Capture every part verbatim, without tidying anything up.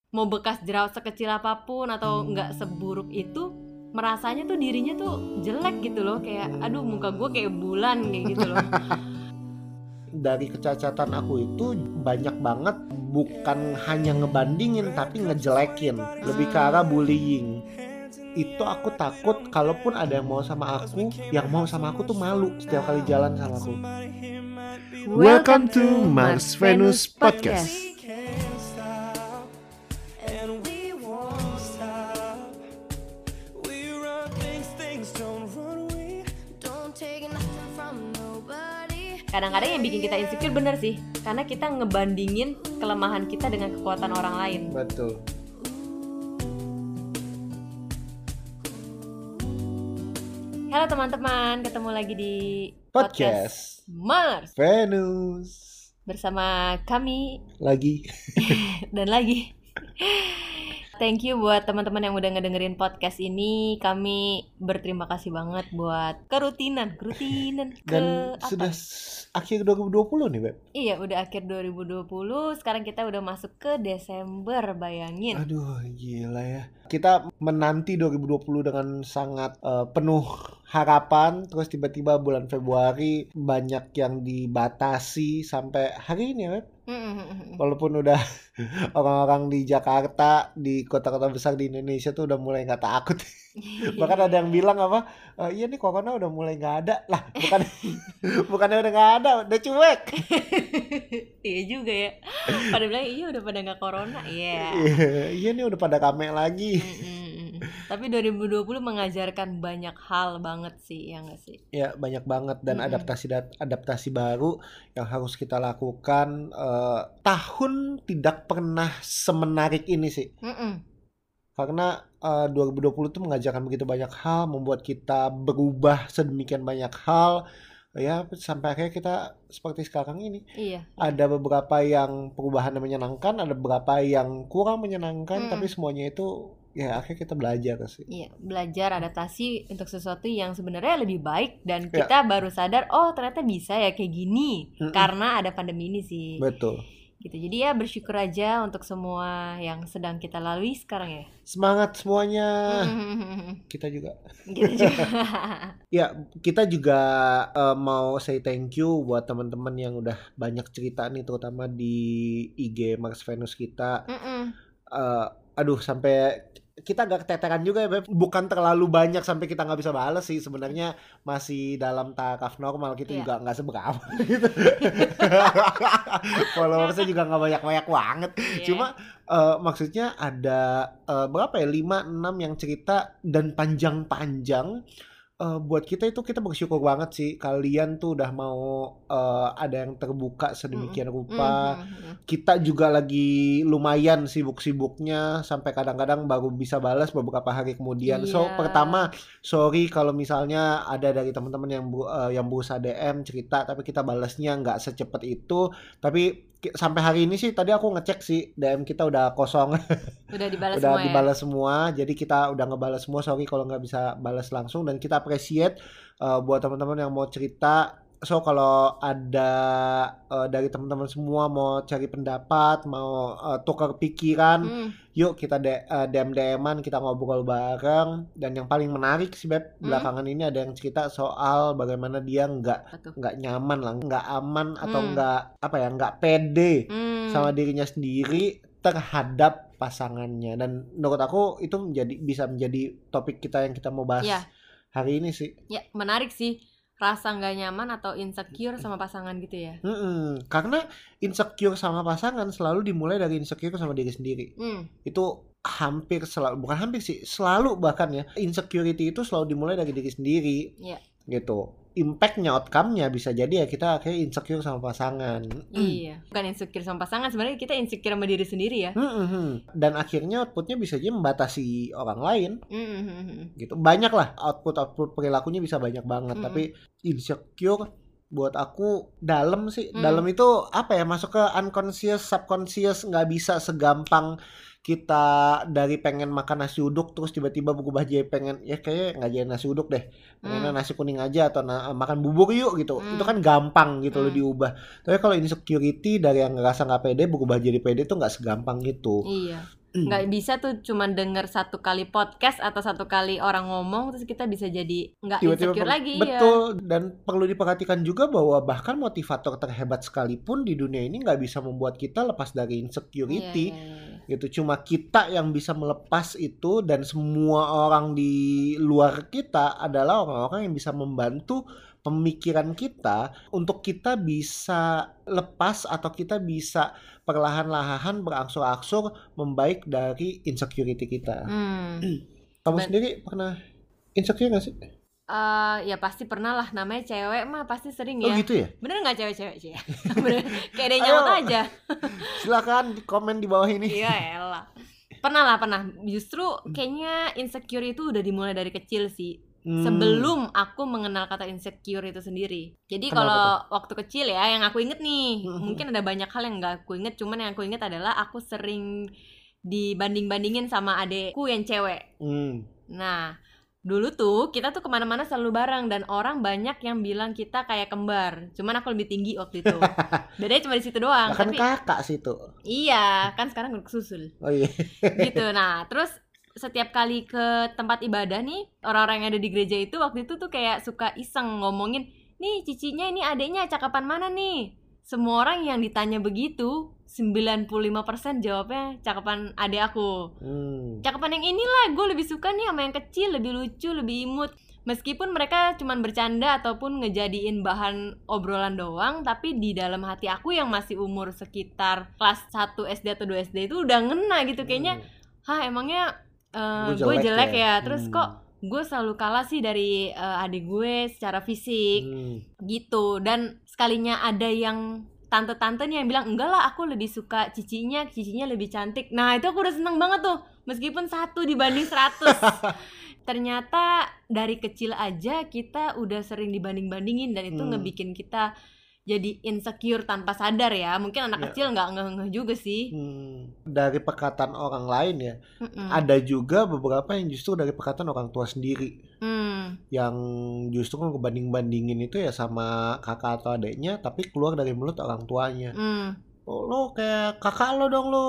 mau bekas jerawat sekecil apapun atau nggak seburuk itu, merasanya tuh dirinya tuh jelek gitu loh, kayak aduh muka gue kayak bulan kayak gitu loh. Dari kecacatan aku itu banyak banget bukan hanya ngebandingin tapi ngejelekin, lebih ke arah bullying. Itu aku takut kalaupun ada yang mau sama aku, yang mau sama aku tuh malu setiap kali jalan sama aku. Welcome to Mars Venus Podcast. Kadang-kadang yang bikin kita insecure bener sih, karena kita ngebandingin kelemahan kita dengan kekuatan orang lain. Betul. Halo teman-teman, ketemu lagi di Podcast, podcast Mars Venus bersama kami lagi dan lagi. Thank you buat teman-teman yang udah ngedengerin podcast ini. Kami berterima kasih banget buat kerutinan, kerutinan dan ke sudah apa? s- akhir dua ribu dua puluh nih, Beb. Iya, udah akhir dua ribu dua puluh. Sekarang kita udah masuk ke Desember, bayangin. Aduh, gila ya. Kita menanti dua ribu dua puluh dengan sangat uh, penuh harapan. Terus tiba-tiba bulan Februari banyak yang dibatasi sampai hari ini ya, Beb. Walaupun udah orang-orang di Jakarta, di kota-kota besar di Indonesia tuh udah mulai nggak takut. Bahkan ada yang bilang apa, e, iya nih corona udah mulai nggak ada lah. Bukan, bukannya udah nggak ada, udah cuek. Iya juga ya. Pada bilang iya udah pada nggak corona, iya. Yeah. Iya nih udah pada rame lagi. Mm-mm. Tapi dua ribu dua puluh mengajarkan banyak hal banget sih, ya nggak sih? Ya banyak banget dan Mm-mm. adaptasi adaptasi baru yang harus kita lakukan. Uh, tahun tidak pernah semenarik ini sih. Mm-mm. Karena uh, dua ribu dua puluh itu mengajarkan begitu banyak hal, membuat kita berubah sedemikian banyak hal. Ya sampai akhirnya kita seperti sekarang ini. Iya. Ada beberapa yang perubahan yang menyenangkan, ada beberapa yang kurang menyenangkan, Mm. tapi semuanya itu ya akhirnya kita belajar sih. Iya, belajar adaptasi untuk sesuatu yang sebenarnya lebih baik dan Ya. kita baru sadar oh ternyata bisa ya kayak gini Mm-mm. karena ada pandemi ini sih. Betul. Gitu. Jadi ya bersyukur aja untuk semua yang sedang kita lalui sekarang ya. Semangat semuanya. Mm. Kita juga. Gitu juga. Ya, kita juga uh, mau say thank you buat teman-teman yang udah banyak cerita nih, terutama di I G Mars Venus kita. Mm-mm. Uh, aduh, sampai kita agak keteteran juga ya, Beb. Bukan terlalu banyak sampai kita nggak bisa balas sih. Sebenarnya masih dalam taraf normal. Kita Iya. juga nggak seberapa gitu. Followersnya juga nggak banyak-banyak banget. Iya. Cuma uh, maksudnya ada uh, berapa ya, lima enam yang cerita dan panjang-panjang. Uh, buat kita itu kita bersyukur banget sih kalian tuh udah mau uh, ada yang terbuka sedemikian rupa. Mm-mm. Kita juga lagi lumayan sibuk-sibuknya sampai kadang-kadang baru bisa balas beberapa hari kemudian. So Iya. pertama sorry kalau misalnya ada dari teman-teman yang bu- uh, yang berusaha D M cerita tapi kita balasnya nggak secepat itu. Tapi ki- sampai hari ini sih tadi aku ngecek sih D M kita udah kosong. Udah dibalas Udah semua ya. dibalas semua, jadi kita udah ngebalas semua. Sorry kalau nggak bisa balas langsung, dan kita appreciate uh, buat teman-teman yang mau cerita. So kalau ada uh, dari teman-teman semua mau cari pendapat, mau uh, tukar pikiran, Mm. yuk kita D- uh, D M D M-an, kita ngobrol bareng. Dan yang paling menarik sih, Beb, Hmm? belakangan ini ada yang cerita soal bagaimana dia nggak Apa tuh? nggak nyaman lah, nggak aman atau Hmm. nggak apa ya, nggak pede Mm. sama dirinya sendiri terhadap pasangannya. Dan menurut aku itu menjadi bisa menjadi topik kita yang kita mau bahas Iya. hari ini sih. Ya menarik sih, rasa nggak nyaman atau insecure sama pasangan gitu ya. Mm-mm. Karena insecure sama pasangan selalu dimulai dari insecure sama diri sendiri. Mm. Itu hampir selalu, bukan hampir sih, selalu bahkan ya, insecurity itu selalu dimulai dari diri sendiri. Iya. Gitu. Impact-nya, outcome-nya bisa jadi ya kita akhirnya insecure sama pasangan. Iya, bukan insecure sama pasangan, sebenarnya kita insecure sama diri sendiri ya. Mm-mm. Dan akhirnya outputnya bisa jadi membatasi orang lain. Mm-mm. Gitu, banyak lah output-output perilakunya bisa banyak banget. Mm-mm. Tapi insecure buat aku dalam sih. Mm. Dalam itu apa ya, masuk ke unconscious, subconscious. Nggak bisa segampang kita dari pengen makan nasi uduk terus tiba-tiba berubah jadi pengen ya kayak nggak jadi nasi uduk deh, pengen Mm. nasi kuning aja atau na- makan bubur yuk gitu. Mm. Itu kan gampang gitu loh Mm. diubah. Tapi kalau insecurity dari yang ngerasa nggak pede berubah jadi pede tuh nggak segampang gitu. Iya. nggak bisa tuh cuman denger satu kali podcast atau satu kali orang ngomong terus kita bisa jadi nggak Tiba-tiba insecure per- lagi. betul Ya. dan perlu diperhatikan juga bahwa bahkan motivator terhebat sekalipun di dunia ini nggak bisa membuat kita lepas dari insecurity. Iya, iya, iya. Gitu, cuma kita yang bisa melepas itu, dan semua orang di luar kita adalah orang-orang yang bisa membantu pemikiran kita untuk kita bisa lepas atau kita bisa perlahan-lahan berangsur-angsur membaik dari insecurity kita. Hmm. Kamu Ben- sendiri pernah insecure gak sih? Eh, ya pasti pernah lah, namanya cewek mah pasti sering Oh ya. gitu ya? Bener nggak cewek-cewek sih? Bener, kayak ada yang Ayo. nyaut aja. Silakan di komen di bawah ini. Iya elah. Pernah lah, pernah. Justru kayaknya insecure itu udah dimulai dari kecil sih. Hmm. Sebelum aku mengenal kata insecure itu sendiri. Jadi Kenapa kalau waktu kecil ya, yang aku inget nih, Hmm. mungkin ada banyak hal yang nggak aku inget, cuman yang aku inget adalah aku sering dibanding-bandingin sama adekku yang cewek. Hmm. Nah, dulu tuh kita tuh kemana-mana selalu bareng dan orang banyak yang bilang kita kayak kembar. Cuman aku lebih tinggi waktu itu. Bedanya cuma di situ doang. Kan Tapi kakak sih tuh. iya, kan sekarang udah kesusul. Oh iya. Gitu. Nah, terus setiap kali ke tempat ibadah nih, orang-orang yang ada di gereja itu waktu itu tuh kayak suka iseng ngomongin, nih cicinya ini adeknya cakapan mana nih? Semua orang yang ditanya begitu, sembilan puluh lima persen jawabnya cakapan adek aku. Hmm. Cakapan yang inilah, gue lebih suka nih sama yang kecil, lebih lucu, lebih imut. Meskipun mereka cuman bercanda ataupun ngejadiin bahan obrolan doang, tapi di dalam hati aku yang masih umur sekitar kelas satu S D atau dua S D itu udah ngena gitu. Kayaknya, hah emangnya uh, Gue gue jelek jelek ya? ya? Terus Hmm. kok gue selalu kalah sih dari uh, adik gue secara fisik Hmm. gitu. Dan sekalinya ada yang tante-tante nih yang bilang, enggak lah aku lebih suka cicinya, cicinya lebih cantik. Nah itu aku udah seneng banget tuh, meskipun satu dibanding seratus. Ternyata dari kecil aja kita udah sering dibanding-bandingin, dan itu Hmm. ngebikin kita jadi insecure tanpa sadar ya. Mungkin anak Ya. kecil nggak ngeh-ngeh juga sih. Hmm. Dari perkataan orang lain ya, Mm-mm. ada juga beberapa yang justru dari perkataan orang tua sendiri, Hmm. yang justru ngebanding-bandingin itu ya sama kakak atau adiknya, tapi keluar dari mulut orang tuanya. Hmm. Oh, lo kayak kakak lo dong, lo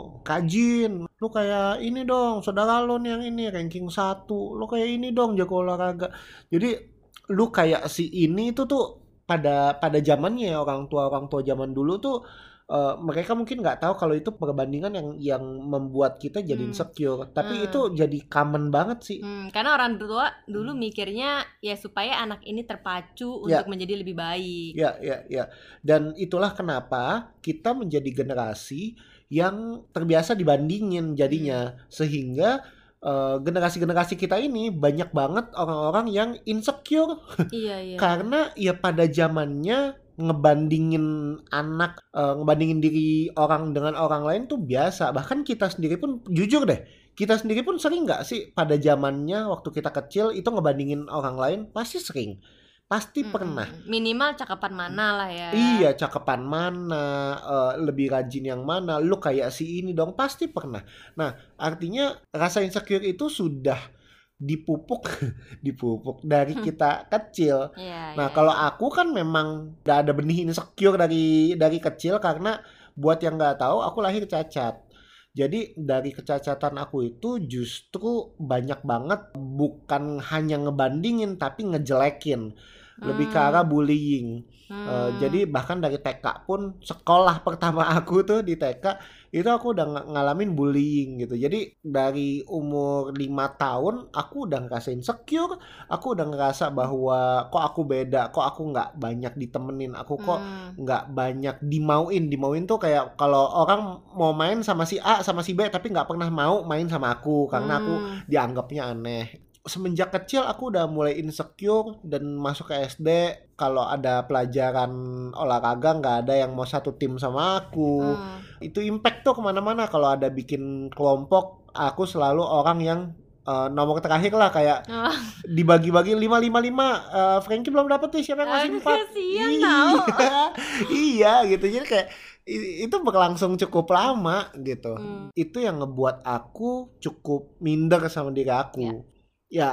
Kajin, lo kayak ini dong, saudara lo nih yang ini ranking satu, lo kayak ini dong jago olahraga. Jadi lu kayak si ini itu tuh pada pada zamannya orang tua orang tua zaman dulu tuh, eh, mereka mungkin nggak tahu kalau itu perbandingan yang yang membuat kita jadi Hmm. insecure, tapi Hmm. itu jadi common banget sih. Hmm, karena orang tua dulu mikirnya ya supaya anak ini terpacu Ya. untuk menjadi lebih baik. Ya, ya, ya. Dan itulah kenapa kita menjadi generasi yang terbiasa dibandingin jadinya, sehingga eh, generasi-generasi kita ini banyak banget orang-orang yang insecure Iya, iya. karena ya pada zamannya ngebandingin anak, eh, ngebandingin diri orang dengan orang lain tuh biasa. Bahkan kita sendiri pun jujur deh, kita sendiri pun sering nggak sih pada zamannya waktu kita kecil itu ngebandingin orang lain? Pasti sering. Pasti Mm-mm. pernah. Minimal cakapan mana lah ya. Iya, cakapan mana, eh, lebih rajin yang mana, lu kayak si ini dong, pasti pernah. Nah, artinya rasa insecure itu sudah dipupuk, dipupuk dari kita kecil. Iya, Nah, iya, kalau iya. aku kan memang udah ada benih insecure dari dari kecil, karena buat yang nggak tahu, aku lahir cacat. Jadi dari kecacatan aku itu justru banyak banget bukan hanya ngebandingin tapi ngejelekin. Lebih ke Hmm. arah bullying. Eh, Hmm. jadi bahkan dari T K pun, sekolah pertama aku tuh di T K itu aku udah ng- ngalamin bullying gitu. Jadi dari umur lima tahun aku udah ngerasa insecure, aku udah ngerasa bahwa kok aku beda, kok aku nggak banyak ditemenin, aku kok Hmm. nggak banyak dimauin. Dimauin tuh kayak kalau orang mau main sama si A sama si B tapi nggak pernah mau main sama aku karena aku Hmm. dianggapnya aneh. Semenjak kecil aku udah mulai insecure, dan masuk ke S D kalau ada pelajaran olahraga nggak ada yang mau satu tim sama aku. Hmm. Itu impact tuh kemana-mana. Kalau ada bikin kelompok, aku selalu orang yang eh, nomor terakhir lah, kayak Oh. dibagi-bagi lima lima lima. Eh, Frankie belum dapet nih, siapa yang masih Aduh, empat? kasihan Iya, tau. iya gitu. Jadi kayak i- itu berlangsung cukup lama gitu. Hmm. Itu yang ngebuat aku cukup minder sama diri aku. Ya,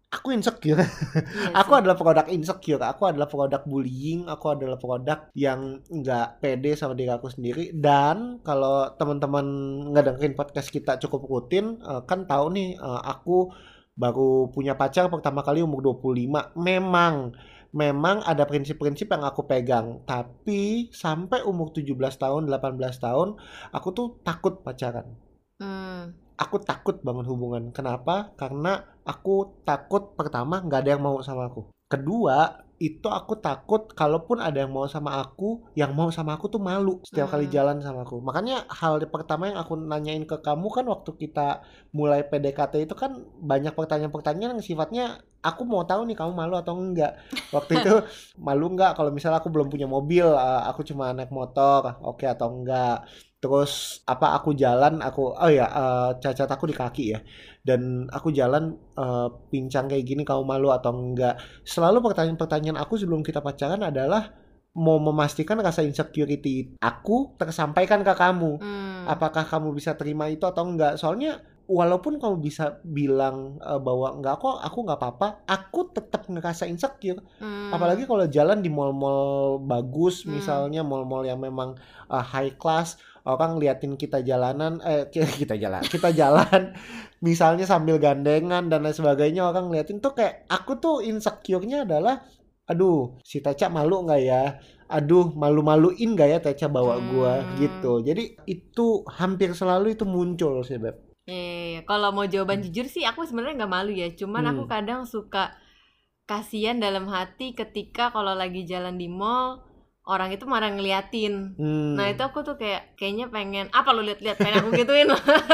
aku insecure. Iya Aku sih. adalah produk insecure. Aku adalah produk bullying. Aku adalah produk yang nggak pede sama diri aku sendiri. Dan kalau teman-teman nggak dengerin podcast kita cukup rutin, eh, kan tahu nih, eh, aku baru punya pacar pertama kali umur dua puluh lima. Memang, memang ada prinsip-prinsip yang aku pegang. Tapi sampai umur tujuh belas tahun, delapan belas tahun, aku tuh takut pacaran. Hmm. Aku takut bangun hubungan. Kenapa? Karena aku takut, pertama nggak ada yang mau sama aku. Kedua, itu aku takut kalaupun ada yang mau sama aku, yang mau sama aku tuh malu setiap kali Hmm. jalan sama aku. Makanya hal pertama yang aku nanyain ke kamu kan waktu kita mulai P D K T itu kan banyak pertanyaan-pertanyaan yang sifatnya aku mau tahu nih kamu malu atau enggak. Waktu itu malu enggak kalau misalnya aku belum punya mobil, eh, aku cuma naik motor, oke atau enggak. Terus apa aku jalan aku oh ya eh, cacat aku di kaki ya, dan aku jalan eh, pincang kayak gini kamu malu atau enggak. Selalu pertanyaan-pertanyaan aku sebelum kita pacaran adalah mau memastikan rasa insecurity aku tersampaikan ke kamu. Hmm. Apakah kamu bisa terima itu atau enggak? Soalnya walaupun kamu bisa bilang eh, bahwa enggak kok, aku nggak apa-apa, aku tetap ngerasa insecure. Hmm. Apalagi kalau jalan di mall-mall bagus, Hmm. misalnya mall-mall yang memang eh, high class, orang liatin kita jalanan, eh kita jalan, kita jalan misalnya sambil gandengan dan lain sebagainya, orang liatin tuh kayak aku tuh insecure-nya adalah aduh si Teca malu nggak ya, aduh malu-maluin nggak ya Teca bawa gua Hmm. gitu. Jadi itu hampir selalu itu muncul sih Beb. Eh, kalau mau jawaban jujur sih aku sebenarnya nggak malu ya. Cuman aku Hmm. kadang suka kasihan dalam hati ketika kalau lagi jalan di mall orang itu marah ngeliatin. Nah itu Hmm. aku tuh kayak kayaknya pengen apa lu lihat-lihat pengen aku gituin.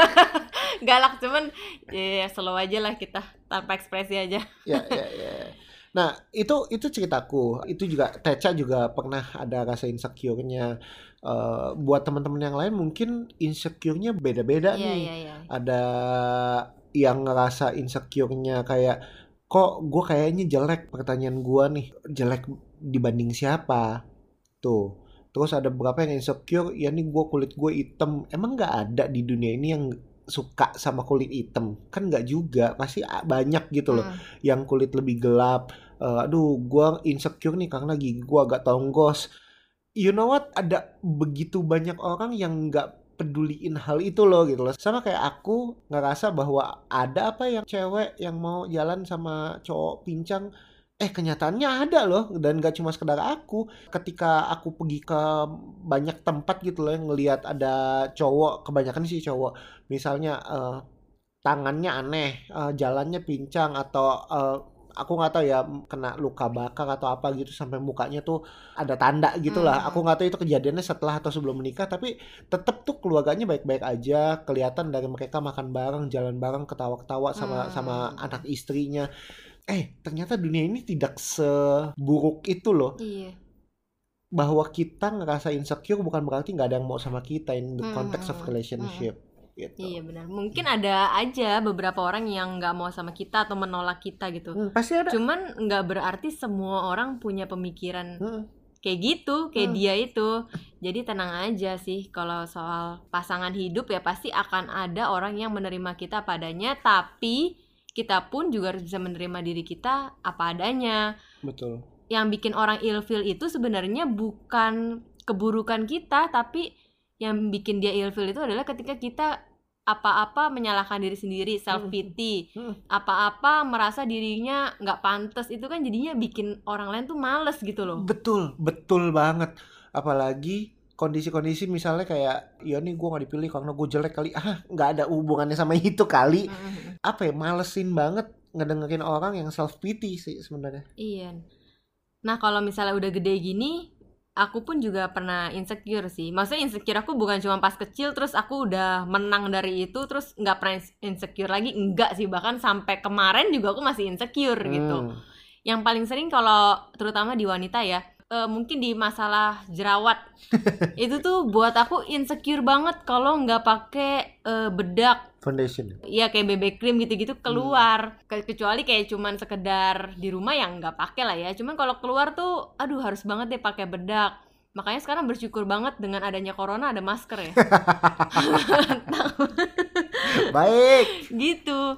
Galak cuman ya slow aja lah kita tanpa ekspresi aja. Ya, ya, ya. Nah, itu itu ceritaku. Itu juga Teca juga pernah ada rasa insecure-nya. Eh, buat teman-teman yang lain mungkin insecure-nya beda-beda Iya nih. iya iya. Ada yang ngerasa insecure-nya kayak kok gue kayaknya jelek, pertanyaan gue nih jelek dibanding siapa tuh. Terus ada beberapa yang insecure, ya nih gue kulit gue hitam. Emang nggak ada di dunia ini yang suka sama kulit hitam? Kan nggak juga, pasti a- banyak gitu loh Hmm. yang kulit lebih gelap. Eh, aduh, gue insecure nih karena gigi gue agak tonggos. You know what? Ada begitu banyak orang yang nggak peduliin hal itu loh gitu loh. Sama kayak aku ngerasa bahwa ada apa yang cewek yang mau jalan sama cowok pincang. Eh kenyataannya ada loh, dan gak cuma sekedar aku. Ketika aku pergi ke banyak tempat gitu loh yang ngelihat ada cowok, kebanyakan sih cowok. Misalnya eh, tangannya aneh, eh, jalannya pincang atau eh, aku nggak tahu ya kena luka bakar atau apa gitu sampai mukanya tuh ada tanda gitulah. Aku Hmm. nggak tahu itu kejadiannya setelah atau sebelum menikah, tapi tetap tuh keluarganya baik-baik aja. Kelihatan dari mereka makan bareng, jalan bareng, ketawa-ketawa sama sama Hmm. anak istrinya. Eh, ternyata dunia ini tidak seburuk itu loh. Iya. Bahwa kita ngerasa insecure bukan berarti nggak ada yang mau sama kita in the Hmm, context of hmm, hmm, hmm. relationship gitu. Iya benar. Mungkin ada aja beberapa orang yang nggak mau sama kita atau menolak kita gitu. Hmm, pasti ada. Cuman nggak berarti semua orang punya pemikiran Hmm, kayak gitu, kayak hmm. dia itu. Jadi tenang aja sih kalau soal pasangan hidup ya pasti akan ada orang yang menerima kita apa adanya, tapi kita pun juga harus bisa menerima diri kita apa adanya. Betul. Yang bikin orang ilfeel itu sebenarnya bukan keburukan kita, tapi yang bikin dia ilfeel itu adalah ketika kita apa-apa menyalahkan diri sendiri, self pity, Hmm, apa-apa merasa dirinya nggak pantas, itu kan jadinya bikin orang lain tuh males gitu loh. betul, betul banget. Apalagi kondisi-kondisi misalnya kayak, ya nih gue gak dipilih karena gue jelek kali. Ah, nggak ada hubungannya sama itu kali. Mm-mm. Apa ya, malesin banget ngedengerin orang yang self pity sih sebenarnya. Iya. Nah kalau misalnya udah gede gini, aku pun juga pernah insecure sih. Maksudnya insecure aku bukan cuma pas kecil terus aku udah menang dari itu terus nggak pernah insecure lagi. Enggak sih, bahkan sampai kemarin juga aku masih insecure gitu. Hmm. Yang paling sering kalau terutama di wanita ya, eh, mungkin di masalah jerawat. Itu tuh buat aku insecure banget kalau nggak pakai eh, bedak. Foundation. Iya kayak B B cream gitu-gitu keluar. Ke- kecuali kayak cuman sekedar di rumah yang nggak pakai lah ya. Cuman kalau keluar tuh aduh harus banget deh pakai bedak. Makanya sekarang bersyukur banget dengan adanya corona ada masker ya. Baik. Gitu.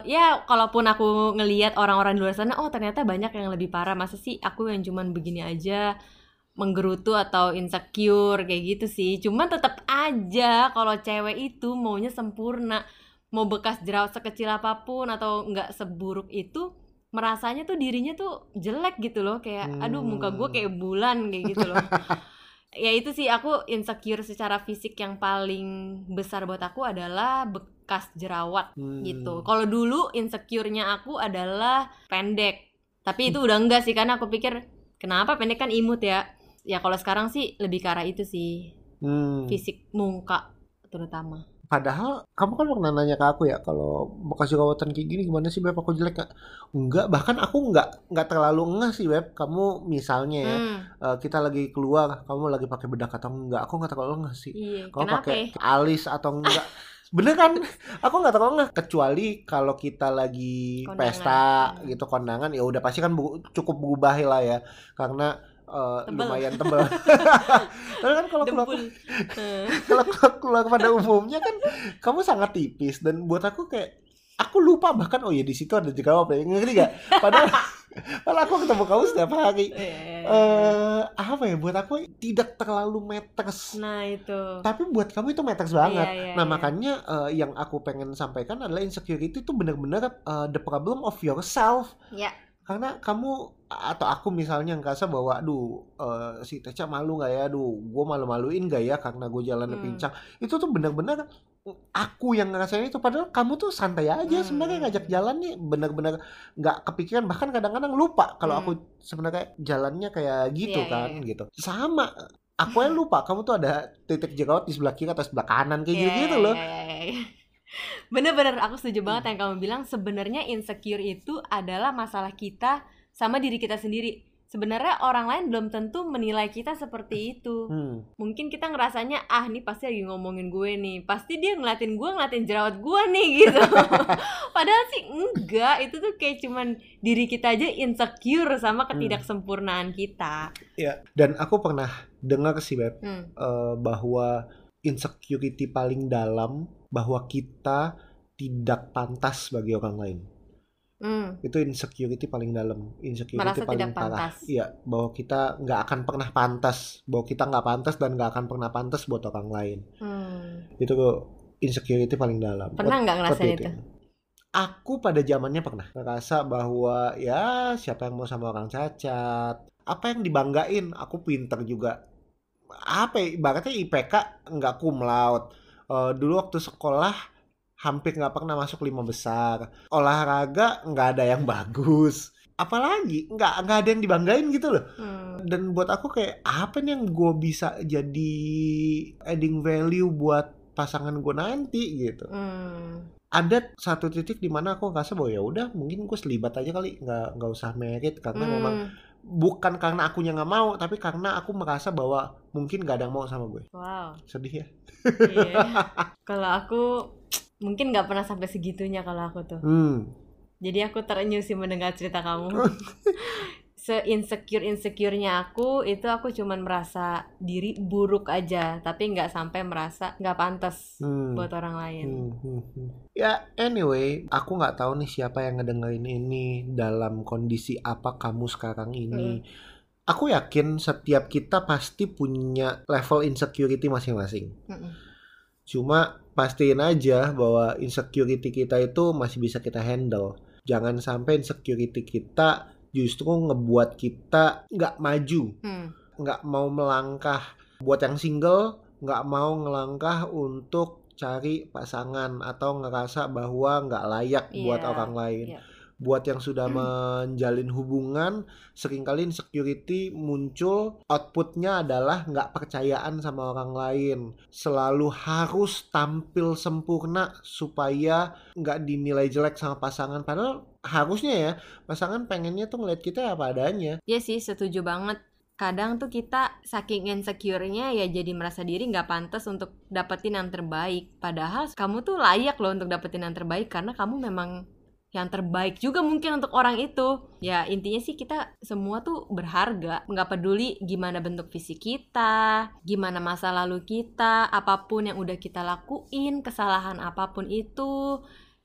ya kalaupun aku ngelihat orang-orang di luar sana, oh ternyata banyak yang lebih parah, masa sih aku yang cuman begini aja, menggerutu atau insecure kayak gitu sih. Cuman tetap aja kalau cewek itu maunya sempurna, mau bekas jerawat sekecil apapun atau nggak seburuk itu, merasanya tuh dirinya tuh jelek gitu loh, kayak aduh muka gue kayak bulan kayak gitu loh. Ya itu sih, aku insecure secara fisik yang paling besar buat aku adalah bekas jerawat Hmm. gitu. Kalau dulu insecure-nya aku adalah pendek, tapi itu udah enggak sih, karena aku pikir kenapa pendek kan imut ya. Ya kalau sekarang sih lebih ke arah itu sih, Hmm. fisik muka terutama. Padahal kamu kan pernah nanya ke aku ya, kalau bekas jerawatan kayak gini gimana sih Beb, aku jelek gak? Enggak, bahkan aku enggak enggak terlalu ngeh sih Beb. Kamu misalnya ya, Hmm, eh, kita lagi keluar, kamu lagi pakai bedak atau enggak, aku enggak terlalu ngeh sih. iya. Kamu Kenapa pakai ya? alis atau enggak, bener kan? Aku enggak terlalu ngeh, kecuali kalau kita lagi Kondangan. pesta Hmm. gitu, kondangan, ya udah pasti kan bu- cukup berubah lah ya, karena eh, Tebel. lumayan tebel. Tapi kan kalau keluar Dempul. Hmm. kalau keluar, keluar pada umumnya kan kamu sangat tipis, dan buat aku kayak aku lupa bahkan oh ya di situ ada jerawat ya, ngerti gak? Padahal padahal aku ketemu kamu setiap hari. Eh apa ya, buat aku tidak terlalu matters, Nah itu. tapi buat kamu itu matters banget. Iya, iya, Nah iya. makanya eh, yang aku pengen sampaikan adalah insecurity itu benar-benar eh, the problem of yourself. Ya. Karena kamu atau aku misalnya ngerasa bahwa aduh eh, si Teca malu nggak ya, aduh gue malu-maluin nggak ya karena gue jalannya Hmm. pincang. Itu tuh benar-benar aku yang ngerasain itu, padahal kamu tuh santai aja Hmm. sebenarnya ngajak jalan nih, benar-benar nggak kepikiran, bahkan kadang-kadang lupa kalau Hmm. aku sebenarnya jalannya kayak gitu Iya, kan iya, iya. gitu. Sama aku yang lupa kamu tuh ada titik jerawat di sebelah kiri atau sebelah kanan kayak Iya, gitu-gitu iya, loh. iya, iya, iya. Bener-bener aku setuju banget yang kamu bilang. Sebenarnya insecure itu adalah masalah kita sama diri kita sendiri. Sebenarnya orang lain belum tentu menilai kita seperti itu. Hmm. Mungkin kita ngerasanya ah nih pasti lagi ngomongin gue nih, pasti dia ngeliatin gue, ngeliatin jerawat gue nih gitu. Padahal sih enggak, itu tuh kayak cuman diri kita aja insecure sama ketidaksempurnaan kita. Ya, dan aku pernah dengar sih Beb, Hmm. eh, bahwa insecurity paling dalam bahwa kita tidak pantas bagi orang lain. Hmm. Itu insecurity paling dalam, insecurity Merasa paling tidak parah. pantas. Iya, bahwa kita nggak akan pernah pantas, bahwa kita nggak pantas dan nggak akan pernah pantas buat orang lain. Hmm. Itu insecurity paling dalam. Pernah nggak ngerasain Seperti itu? Aku pada zamannya pernah ngerasa bahwa ya siapa yang mau sama orang cacat, apa yang dibanggain, aku pinter juga. Apa ya, ibaratnya I P K nggak cum laude. Eh, dulu waktu sekolah hampir nggak pernah masuk lima besar. Olahraga nggak ada yang bagus. Apalagi nggak nggak ada yang dibanggain gitu loh. Hmm. Dan buat aku kayak apa nih yang gue bisa jadi adding value buat pasangan gue nanti gitu. Hmm. Ada satu titik di mana aku ngerasa bahwa ya udah mungkin gue selibat aja kali, nggak nggak usah merit, karena Hmm. memang bukan karena akunya nggak mau, tapi karena aku merasa bahwa mungkin nggak ada yang mau sama gue. Wow. Sedih ya. Iya. Kalau aku mungkin nggak pernah sampai segitunya kalau aku tuh. Hmm. Jadi aku terenyuh sih mendengar cerita kamu. Se-insecure insecure-nya aku itu aku cuman merasa diri buruk aja, tapi nggak sampai merasa nggak pantas Hmm. buat orang lain. Hmm, hmm, hmm. Ya anyway, aku nggak tahu nih siapa yang ngedengerin ini dalam kondisi apa kamu sekarang ini. Aku yakin setiap kita pasti punya level insecurity masing-masing. Mm-mm. Cuma pastiin aja bahwa insecurity kita itu masih bisa kita handle. Jangan sampai insecurity kita justru ngebuat kita nggak maju, Hmm. nggak mau melangkah. Buat yang single, nggak mau ngelangkah untuk cari pasangan atau ngerasa bahwa nggak layak buat Iya, orang lain. iya. Buat yang sudah menjalin hubungan, seringkali insecurity muncul, outputnya adalah nggak percayaan sama orang lain. Selalu harus tampil sempurna supaya nggak dinilai jelek sama pasangan. Padahal harusnya ya, pasangan pengennya tuh ngeliat kita apa adanya. Iya sih, setuju banget. Kadang tuh kita saking insecure-nya ya jadi merasa diri nggak pantas untuk dapetin yang terbaik. Padahal kamu tuh layak loh untuk dapetin yang terbaik karena kamu memang yang terbaik juga mungkin untuk orang itu. Ya intinya sih kita semua tuh berharga. Nggak peduli gimana bentuk fisik kita, gimana masa lalu kita, apapun yang udah kita lakuin, kesalahan apapun itu.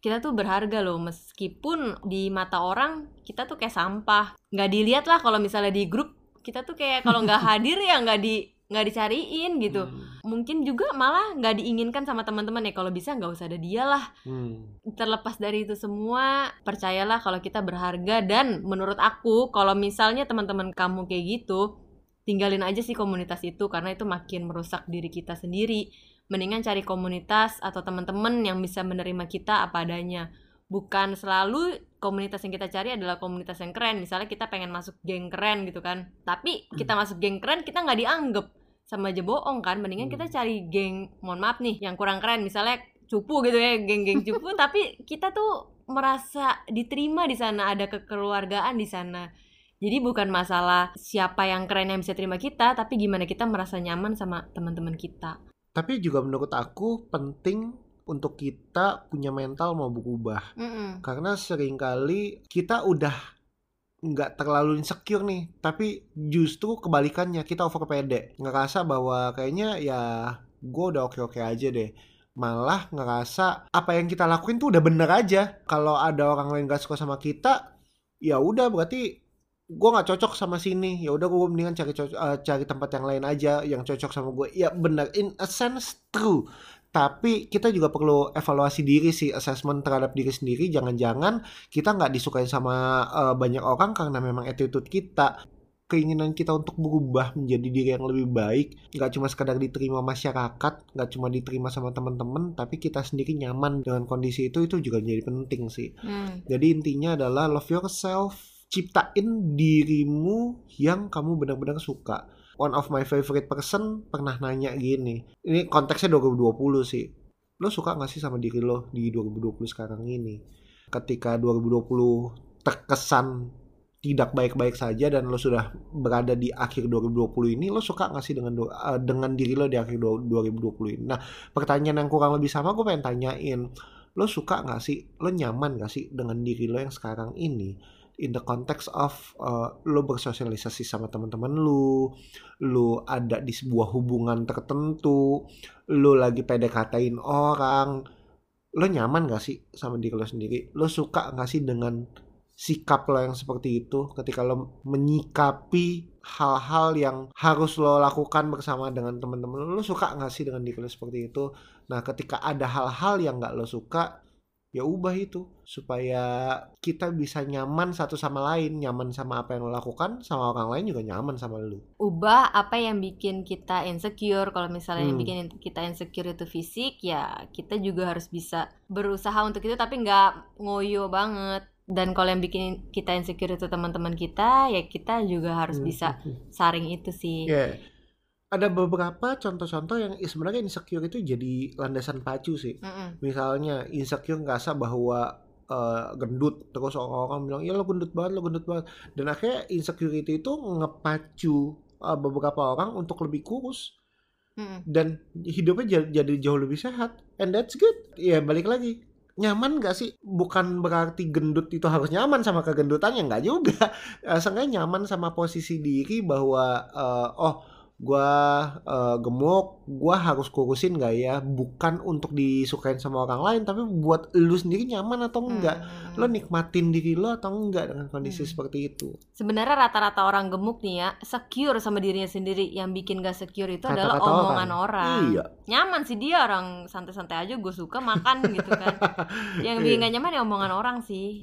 kita tuh berharga loh, meskipun di mata orang kita tuh kayak sampah. Nggak dilihat lah kalau misalnya di grup kita tuh kayak kalau nggak hadir ya nggak di nggak dicariin gitu. hmm. Mungkin juga malah nggak diinginkan sama teman-teman ya, kalau bisa nggak usah ada dia lah. hmm. Terlepas dari itu semua, percayalah kalau kita berharga. Dan menurut aku kalau misalnya teman-teman kamu kayak gitu, tinggalin aja sih komunitas itu, karena itu makin merusak diri kita sendiri. Mendingan cari komunitas atau teman-teman yang bisa menerima kita apa adanya. Bukan selalu komunitas yang kita cari adalah komunitas yang keren. Misalnya kita pengen masuk geng keren gitu kan, tapi kita masuk geng keren kita nggak dianggap, sama aja bohong kan. Mendingan kita cari geng, mohon maaf nih, yang kurang keren, misalnya cupu gitu ya, geng-geng cupu tapi kita tuh merasa diterima di sana, ada kekeluargaan di sana. Jadi bukan masalah siapa yang keren yang bisa terima kita, tapi gimana kita merasa nyaman sama teman-teman kita. Tapi juga menurut aku penting untuk kita punya mental mau berubah. Mm-mm. Karena seringkali kita udah nggak terlalu insecure nih, tapi justru kebalikannya, kita over pede, ngerasa bahwa kayaknya ya gue udah oke-oke aja deh, malah ngerasa apa yang kita lakuin tuh udah bener aja. Kalau ada orang lain gak suka sama kita, ya udah berarti gue nggak cocok sama sini, ya udah gue mendingan cari co- uh, cari tempat yang lain aja yang cocok sama gue. Ya benar, in a sense true. Tapi kita juga perlu evaluasi diri sih, assessment terhadap diri sendiri. Jangan-jangan kita nggak disukai sama uh, banyak orang karena memang attitude kita, keinginan kita untuk berubah menjadi diri yang lebih baik, nggak cuma sekadar diterima masyarakat, nggak cuma diterima sama teman-teman, tapi kita sendiri nyaman dengan kondisi itu, itu juga jadi penting sih. Hmm. Jadi intinya adalah love yourself, ciptain dirimu yang kamu benar-benar suka. One of my favorite person pernah nanya gini, ini konteksnya dua ribu dua puluh sih, lo suka gak sih sama diri lo di dua ribu dua puluh sekarang ini? Ketika dua ribu dua puluh terkesan tidak baik-baik saja dan lo sudah berada di akhir dua ribu dua puluh ini, lo suka gak sih dengan uh, dengan diri lo di akhir dua ribu dua puluh ini? Nah, pertanyaan yang kurang lebih sama gue pengen tanyain, lo suka gak sih, lo nyaman gak sih dengan diri lo yang sekarang ini? In the context of uh, lo bersosialisasi sama teman-teman lo, lo ada di sebuah hubungan tertentu, lo lagi P D K T-in orang, lo nyaman gak sih sama diri lo sendiri? Lo suka gak sih dengan sikap lo yang seperti itu ketika lo menyikapi hal-hal yang harus lo lakukan bersama dengan teman-teman lo? Lo suka gak sih dengan diri lo seperti itu? Nah, ketika ada hal-hal yang gak lo suka, ya ubah itu supaya kita bisa nyaman satu sama lain, nyaman sama apa yang lo lakukan, sama orang lain juga nyaman sama lo. Ubah apa yang bikin kita insecure. Kalau misalnya hmm. yang bikin kita insecure itu fisik, ya kita juga harus bisa berusaha untuk itu, tapi nggak ngoyo banget. Dan kalau yang bikin kita insecure itu teman-teman kita, ya kita juga harus hmm. bisa saring itu sih. Yeah. Ada beberapa contoh-contoh yang sebenarnya insecure itu jadi landasan pacu sih. Mm-mm. Misalnya insecure ngerasa bahwa uh, gendut, terus orang-orang bilang ya lo gendut banget, lo gendut banget, dan akhirnya insecurity itu ngepacu uh, beberapa orang untuk lebih kurus. Mm-mm. Dan hidupnya jadi, jadi jauh lebih sehat, and that's good. Ya balik lagi, nyaman gak sih? Bukan berarti gendut itu harus nyaman sama kegendutannya, nggak juga. Uh, Seenggaknya nyaman sama posisi diri bahwa uh, oh gue uh, gemuk, gue harus kurusin gak ya? Bukan untuk disukain sama orang lain, tapi buat lu sendiri nyaman atau enggak. Hmm. Lo nikmatin diri lo atau enggak dengan kondisi hmm. seperti itu. Sebenarnya rata-rata orang gemuk nih ya, secure sama dirinya sendiri. Yang bikin gak secure itu Kata-kata adalah omongan orang, orang. Iya. Nyaman sih dia, orang santai-santai aja, gue suka makan gitu kan. Yang bikin gak nyaman ya omongan orang sih.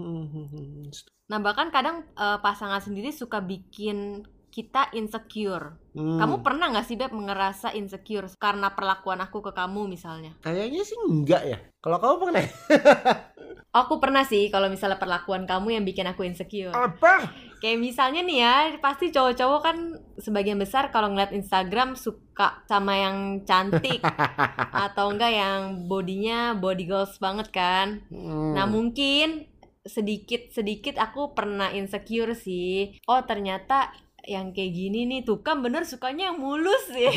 Nah bahkan kadang uh, pasangan sendiri suka bikin kita insecure. Hmm. Kamu pernah gak sih Beb ngerasa insecure karena perlakuan aku ke kamu misalnya? Kayaknya sih enggak ya. Kalau kamu pernah? Aku pernah sih kalau misalnya perlakuan kamu yang bikin aku insecure. Apa? Kayak misalnya nih ya, pasti cowok-cowok kan sebagian besar kalau ngeliat Instagram suka sama yang cantik atau enggak yang bodinya body goals banget kan. Hmm. Nah mungkin sedikit-sedikit aku pernah insecure sih. Oh ternyata yang kayak gini nih tuh kan bener sukanya yang mulus sih.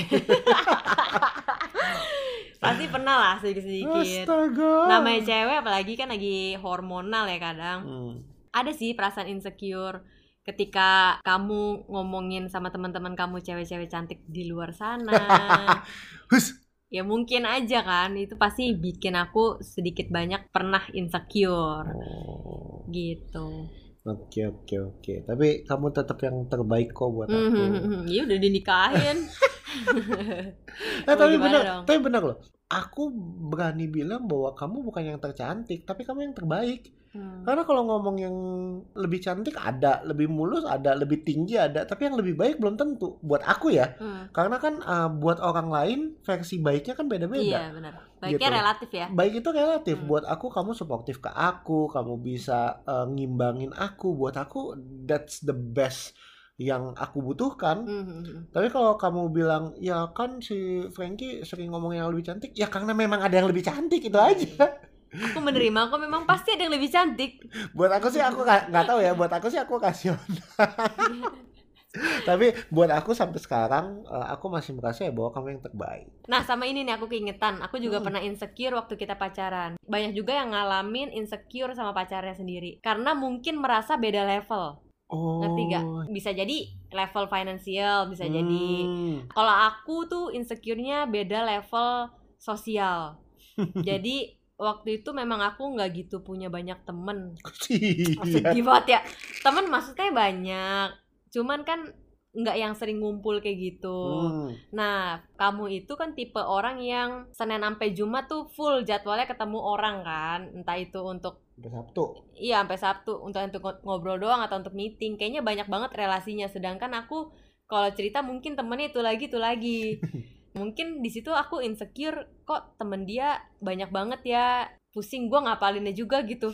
Pasti pernah lah sedikit-sedikit. Astaga. Namanya cewek apalagi kan lagi hormonal ya kadang. Hmm. Ada sih perasaan insecure ketika kamu ngomongin sama teman-teman kamu cewek-cewek cantik di luar sana. Hus, Ya mungkin aja kan, itu pasti bikin aku sedikit banyak pernah insecure. Oh. Gitu. Oke oke oke. Tapi kamu tetap yang terbaik kok buat aku. Hmm, ya udah dinikahin. Nah, Mau tapi gimana benar, dong? tapi benar loh. Aku berani bilang bahwa kamu bukan yang tercantik, tapi kamu yang terbaik. Hmm. Karena kalau ngomong yang lebih cantik ada, lebih mulus ada, lebih tinggi ada, tapi yang lebih baik belum tentu. Buat aku ya. Hmm. Karena kan uh, buat orang lain versi baiknya kan beda-beda. Iya benar. Baiknya Gitu. relatif ya. Baik itu relatif. Hmm. Buat aku kamu suportif ke aku, kamu bisa uh, ngimbangin aku. Buat aku that's the best yang aku butuhkan. Hmm. Tapi kalau kamu bilang ya kan si Frankie sering ngomong yang lebih cantik, ya karena memang ada yang lebih cantik itu aja. Aku menerima, aku memang pasti ada yang lebih cantik. Buat aku sih aku nggak nggak tahu ya. Buat aku sih aku kasihan. Tapi buat aku sampai sekarang uh, aku masih merasa ya bahwa kamu yang terbaik. Nah sama ini nih aku keingetan, aku juga Hmm. pernah insecure waktu kita pacaran. Banyak juga yang ngalamin insecure sama pacarnya sendiri, karena mungkin merasa beda level. Oh. Ngerti gak? Bisa jadi level finansial, bisa jadi. Hmm. Kalau aku tuh insecure-nya beda level sosial. Jadi waktu itu memang aku nggak gitu punya banyak temen. Iya. Sedih banget ya. Temen maksudnya banyak, cuman kan nggak yang sering ngumpul kayak gitu. Hmm. Nah, kamu itu kan tipe orang yang Senin sampai Jumat tuh full jadwalnya ketemu orang kan, entah itu untuk Sampai Sabtu. iya sampai Sabtu untuk untuk ngobrol doang atau untuk meeting. Kayaknya banyak banget relasinya. Sedangkan aku kalau cerita mungkin temennya itu lagi itu lagi. Mungkin di situ aku insecure, kok temen dia banyak banget ya, pusing gue ngapalinnya juga gitu.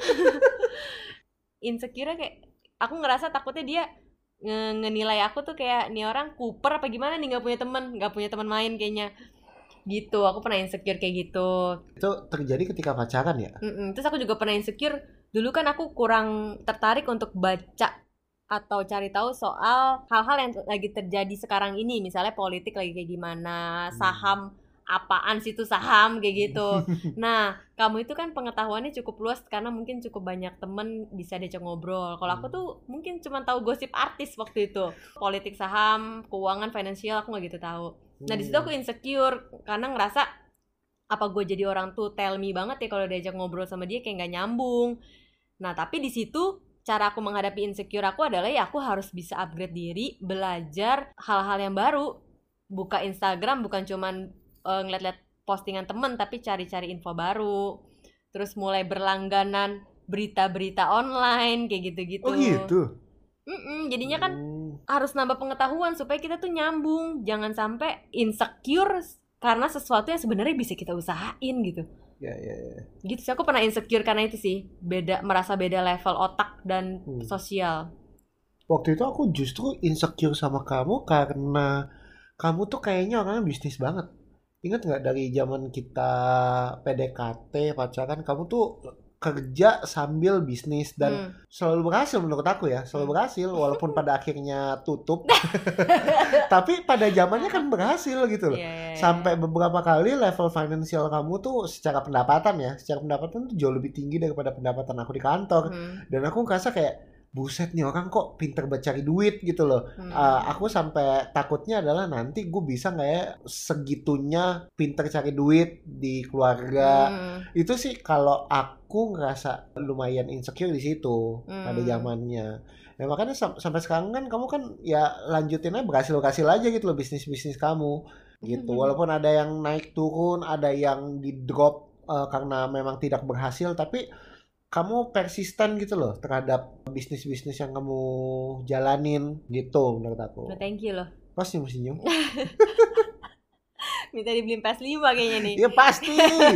Insecure kayak aku ngerasa takutnya dia nge- ngenilai aku tuh kayak nih orang kuper apa gimana nih, nggak punya teman nggak punya teman main kayaknya gitu. Aku pernah insecure kayak gitu. Itu terjadi ketika pacaran ya? Mm-mm. Terus aku juga pernah insecure dulu kan aku kurang tertarik untuk baca atau cari tahu soal hal-hal yang lagi terjadi sekarang ini, misalnya politik lagi kayak gimana, saham apaan sih itu saham kayak gitu. Nah, kamu itu kan pengetahuannya cukup luas karena mungkin cukup banyak temen bisa diajak ngobrol. Kalau aku tuh mungkin cuma tahu gosip artis waktu itu, politik, saham, keuangan, finansial aku nggak gitu tahu. Nah di situ aku insecure karena ngerasa apa gue jadi orang tuh tell me banget ya kalau diajak ngobrol sama dia kayak nggak nyambung. Nah tapi di situ cara aku menghadapi insecure aku adalah ya aku harus bisa upgrade diri, belajar hal-hal yang baru, buka Instagram bukan cuman uh, ngeliat-liat postingan temen tapi cari-cari info baru, terus mulai berlangganan berita-berita online kayak gitu-gitu. Oh gitu. Mm-mm, jadinya kan Hmm. harus nambah pengetahuan supaya kita tuh nyambung, jangan sampai insecure karena sesuatu yang sebenarnya bisa kita usahain gitu. Ya ya ya. Gitu sih, aku pernah insecure karena itu sih, beda, merasa beda level otak dan Hmm. sosial. Waktu itu aku justru insecure sama kamu karena kamu tuh kayaknya orangnya bisnis banget. Ingat nggak dari zaman kita P D K T pacaran, kamu tuh kerja sambil bisnis dan Hmm. selalu berhasil menurut aku ya, selalu Hmm. berhasil walaupun pada akhirnya tutup. Tapi pada zamannya kan berhasil gitu loh. Iya, iya, iya. Sampai beberapa kali level finansial kamu tuh secara pendapatan ya, secara pendapatan tuh jauh lebih tinggi daripada pendapatan aku di kantor. Hmm. Dan aku ngerasa kayak buset nih orang kok pinter buat cari duit gitu loh. Hmm. Uh, aku sampai takutnya adalah nanti gue bisa nggak ya segitunya pinter cari duit di keluarga. Hmm. Itu sih kalau aku ngerasa lumayan insecure di situ pada Hmm. zamannya. Ya makanya sam- sampai sekarang kan kamu kan ya lanjutinnya berhasil-berhasil aja gitu loh bisnis-bisnis kamu gitu. Walaupun ada yang naik turun, ada yang di drop uh, karena memang tidak berhasil, tapi kamu persisten gitu loh terhadap bisnis-bisnis yang kamu jalanin gitu menurut aku. Nah, thank you loh. Pas senyum-senyum. Minta dibeliin P S lima kayaknya nih. Ya pasti.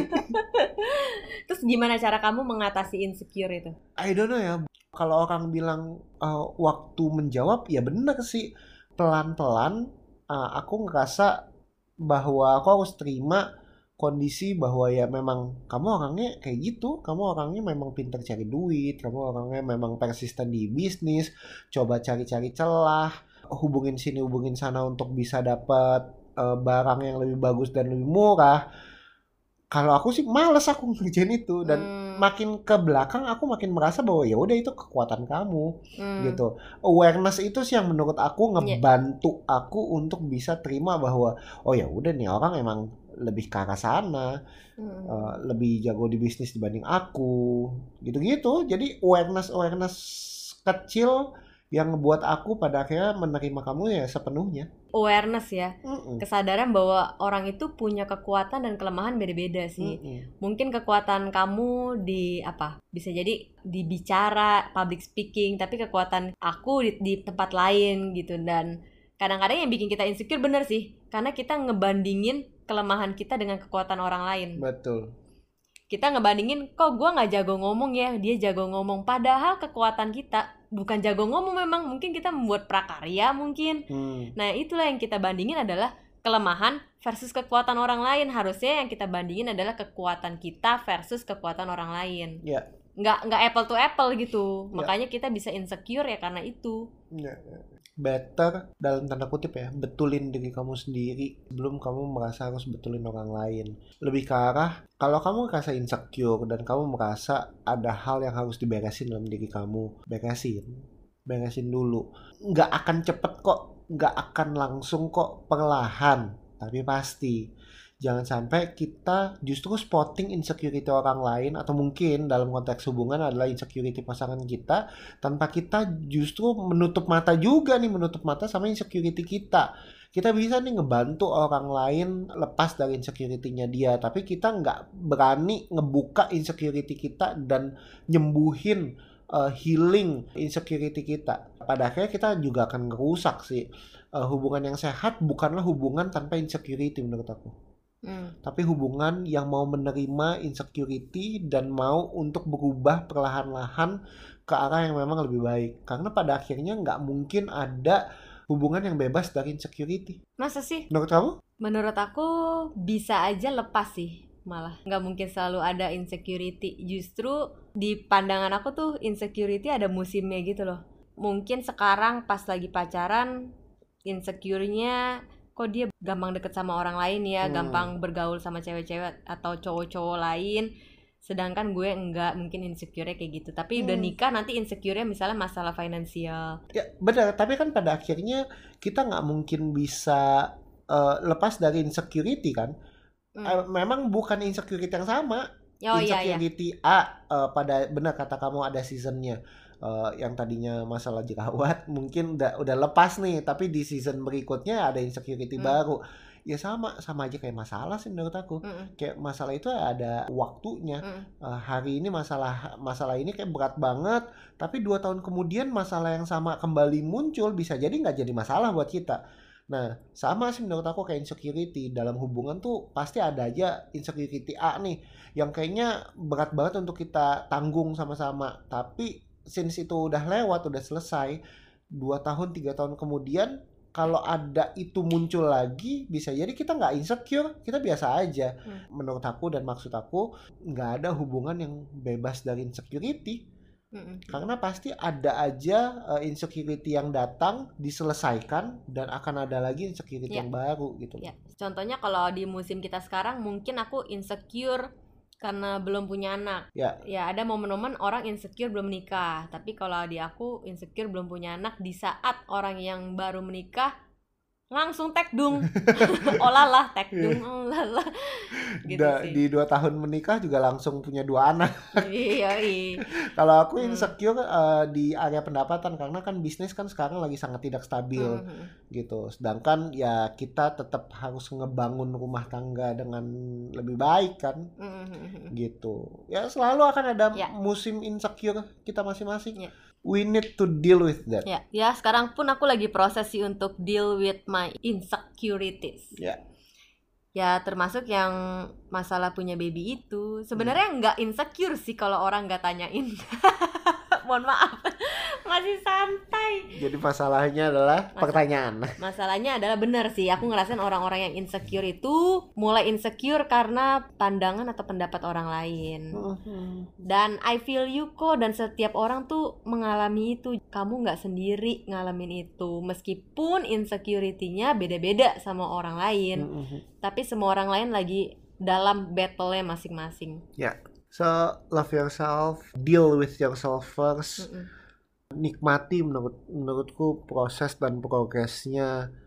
Terus gimana cara kamu mengatasi insecure itu? I don't know ya. Kalau orang bilang uh, waktu menjawab, ya bener sih. Pelan-pelan uh, aku ngerasa bahwa aku harus terima kondisi bahwa ya memang kamu orangnya kayak gitu, kamu orangnya memang pintar cari duit, kamu orangnya memang persisten di bisnis, coba cari-cari celah, hubungin sini hubungin sana untuk bisa dapat uh, barang yang lebih bagus dan lebih murah. Kalau aku sih males aku ngerjain itu dan Hmm. makin ke belakang aku makin merasa bahwa ya udah itu kekuatan kamu Hmm. gitu. Awareness itu sih yang menurut aku Iya. ngebantu aku untuk bisa terima bahwa oh ya udah nih orang emang lebih ke arah sana, Hmm. uh, lebih jago di bisnis dibanding aku, gitu-gitu. Jadi awareness awareness kecil yang ngebuat aku pada akhirnya menerima kamu ya sepenuhnya. Awareness ya, Mm-mm. kesadaran bahwa orang itu punya kekuatan dan kelemahan beda-beda sih. Mm-mm. Mungkin kekuatan kamu di apa? Bisa jadi di bicara, public speaking, tapi kekuatan aku di, di tempat lain gitu. Dan kadang-kadang yang bikin kita insecure bener sih, karena kita ngebandingin kelemahan kita dengan kekuatan orang lain. Betul. Kita ngebandingin, kok gue nggak jago ngomong ya, dia jago ngomong. Padahal kekuatan kita bukan jago ngomong, memang mungkin kita membuat prakarya mungkin. Hmm. Nah itulah yang kita bandingin adalah kelemahan versus kekuatan orang lain. Harusnya yang kita bandingin adalah kekuatan kita versus kekuatan orang lain. Ya. Nggak nggak apple to apple gitu. Ya. Makanya kita bisa insecure ya karena itu. Ya. Better dalam tanda kutip ya, betulin diri kamu sendiri sebelum kamu merasa harus betulin orang lain. Lebih ke arah kalau kamu merasa insecure dan kamu merasa ada hal yang harus diberesin dalam diri kamu, beresin, beresin dulu. Nggak akan cepet kok, nggak akan langsung kok, perlahan, tapi pasti. Jangan sampai kita justru spotting insecurity orang lain, atau mungkin dalam konteks hubungan adalah insecurity pasangan kita, tanpa kita justru menutup mata juga nih, menutup mata sama insecurity kita. Kita bisa nih ngebantu orang lain lepas dari insecurity-nya dia, tapi kita nggak berani ngebuka insecurity kita dan nyembuhin, uh, healing insecurity kita. Pada akhirnya kita juga akan ngerusak sih. Uh, hubungan yang sehat bukanlah hubungan tanpa insecurity menurut aku. Hmm. Tapi hubungan yang mau menerima insecurity dan mau untuk berubah perlahan-lahan ke arah yang memang lebih baik. Karena pada akhirnya nggak mungkin ada hubungan yang bebas dari insecurity. Masa sih? Menurut kamu? Menurut aku bisa aja lepas sih. Malah nggak mungkin selalu ada insecurity. Justru di pandangan aku tuh insecurity ada musimnya gitu loh. Mungkin sekarang pas lagi pacaran insecure-nya kok dia gampang deket sama orang lain ya, hmm. gampang bergaul sama cewek-cewek atau cowok-cowok lain, sedangkan gue enggak, mungkin insecure-nya kayak gitu. Tapi hmm. udah nikah nanti insecure-nya misalnya masalah finansial. Ya benar, tapi kan pada akhirnya kita nggak mungkin bisa uh, lepas dari insecurity kan. hmm. uh, memang bukan insecurity yang sama. Oh, insecurity iya, iya. A uh, pada benar kata kamu ada seasonnya. Uh, yang tadinya masalah jerawat mungkin udah udah lepas nih, tapi di season berikutnya ada insecurity hmm. baru. Ya sama sama aja kayak masalah sih menurut aku. Hmm. Kayak masalah itu ada waktunya. Hmm. Uh, hari ini masalah masalah ini kayak berat banget, tapi dua tahun kemudian masalah yang sama kembali muncul, bisa jadi nggak jadi masalah buat kita. Nah sama sih menurut aku kayak insecurity dalam hubungan tuh pasti ada aja insecurity A nih yang kayaknya berat banget untuk kita tanggung sama-sama, tapi since itu udah lewat, udah selesai, dua tahun, tiga tahun kemudian kalau ada itu muncul lagi, bisa jadi kita nggak insecure, kita biasa aja. hmm. Menurut aku dan maksud aku nggak ada hubungan yang bebas dari insecurity. hmm. Karena pasti ada aja uh, insecurity yang datang, diselesaikan, dan akan ada lagi insecurity ya. yang baru gitu. Ya. Contohnya kalau di musim kita sekarang mungkin aku insecure karena belum punya anak. Ya. Ya ada momen-momen orang insecure belum menikah. Tapi kalau di aku insecure belum punya anak di saat orang yang baru menikah langsung tekdung. Olalah tekdung, olalah. Gitu da, sih. Di dua tahun menikah juga langsung punya dua anak. Iya, iya. Kalau aku insecure hmm. uh, di area pendapatan karena kan bisnis kan sekarang lagi sangat tidak stabil hmm. gitu. Sedangkan ya kita tetap harus ngebangun rumah tangga dengan lebih baik kan. Hmm. Gitu. Ya selalu akan ada ya. musim insecure kita masing-masing. Ya. We need to deal with that. Ya, ya sekarang pun aku lagi proses sih untuk deal with my insecurities. Ya. Ya termasuk yang masalah punya baby itu. Sebenarnya hmm. nggak insecure sih kalau orang nggak tanyain. Mohon maaf, masih santai. Jadi masalahnya adalah Masa- pertanyaan. Masalahnya adalah benar sih. Aku ngerasain orang-orang yang insecure itu mulai insecure karena pandangan atau pendapat orang lain. Hmm. Dan I feel you kok. Dan setiap orang tuh mengalami itu. Kamu nggak sendiri ngalamin itu. Meskipun insecurity-nya beda-beda sama orang lain. Hmm. Tapi semua orang lain lagi dalam battle-nya masing-masing. Ya. So, love yourself, deal with yourself first. Mm-mm. Nikmati menurut menurutku proses dan progresnya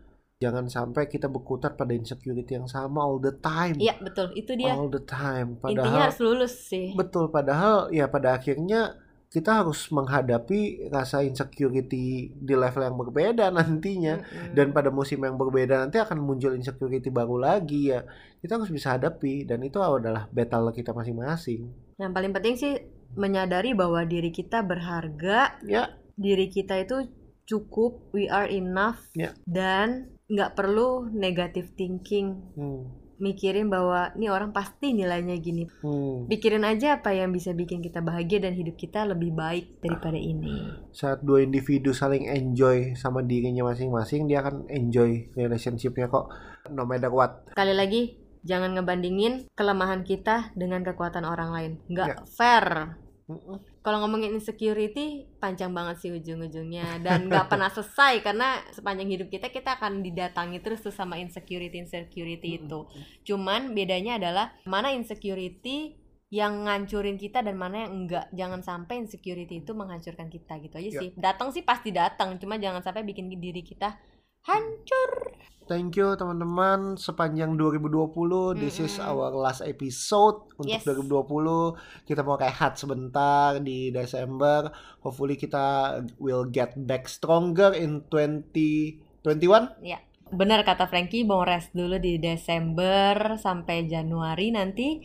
Jangan sampai kita berkutat pada insecurity yang sama all the time. Iya betul, itu dia. All the time. Padahal, intinya harus lulus sih. Betul, padahal ya pada akhirnya kita harus menghadapi rasa insecurity di level yang berbeda nantinya. Mm-hmm. Dan pada musim yang berbeda nanti akan muncul insecurity baru lagi ya. Kita harus bisa hadapi dan itu adalah battle kita masing-masing. Yang paling penting sih menyadari bahwa diri kita berharga. Ya. Diri kita itu cukup, we are enough. Ya. Dan nggak perlu negative thinking. Hmm. Mikirin bahwa nih orang pasti nilainya gini. Hmm. Pikirin aja apa yang bisa bikin kita bahagia dan hidup kita lebih baik daripada ini. Saat dua individu saling enjoy sama dirinya masing-masing, dia akan enjoy relationship-nya kok, no matter what. Sekali lagi, jangan ngebandingin kelemahan kita dengan kekuatan orang lain. Nggak ya. Fair. Uh-uh. Kalau ngomongin insecurity panjang banget sih ujung-ujungnya dan nggak pernah selesai karena sepanjang hidup kita kita akan didatangi terus tuh sama insecurity insecurity itu. Cuman bedanya adalah mana insecurity yang ngancurin kita dan mana yang enggak. Jangan sampai insecurity itu menghancurkan kita gitu aja sih. Datang sih pasti datang, cuma jangan sampai bikin diri kita hancur. Thank you teman-teman, sepanjang dua ribu dua puluh mm-hmm. this is our last episode untuk yes. dua ribu dua puluh. Kita mau rehat sebentar di Desember. Hopefully kita will get back stronger in twenty twenty-one. Ya, benar kata Frankie, mau rest dulu di Desember sampai Januari nanti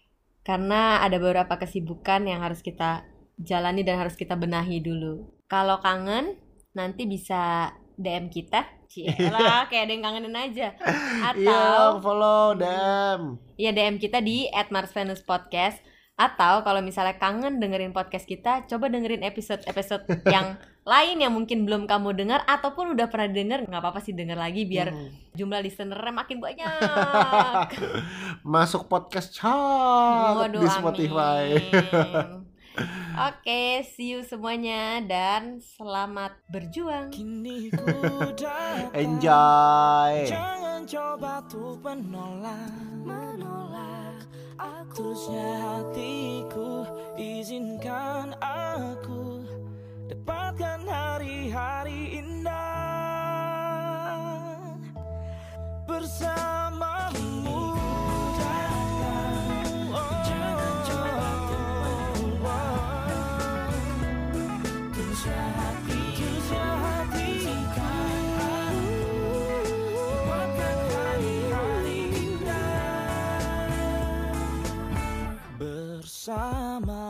karena ada beberapa kesibukan yang harus kita jalani dan harus kita benahi dulu. Kalau kangen nanti bisa D M kita, cielah kayak ada yang kangenin aja. Atau yeah, follow them. Iya D M kita di at mars venus podcast. Atau kalau misalnya kangen dengerin podcast kita, coba dengerin episode-episode yang lain yang mungkin belum kamu dengar ataupun udah pernah denger, nggak apa-apa sih denger lagi biar hmm. jumlah listener-nya makin banyak. Masuk podcast chart di Spotify. Oke, see you semuanya dan selamat berjuang. Enjoy. Jangan coba tuh menolak, menolak. Terusnya hatiku, izinkan aku dapatkan hari-hari indah bersamamu. Bersama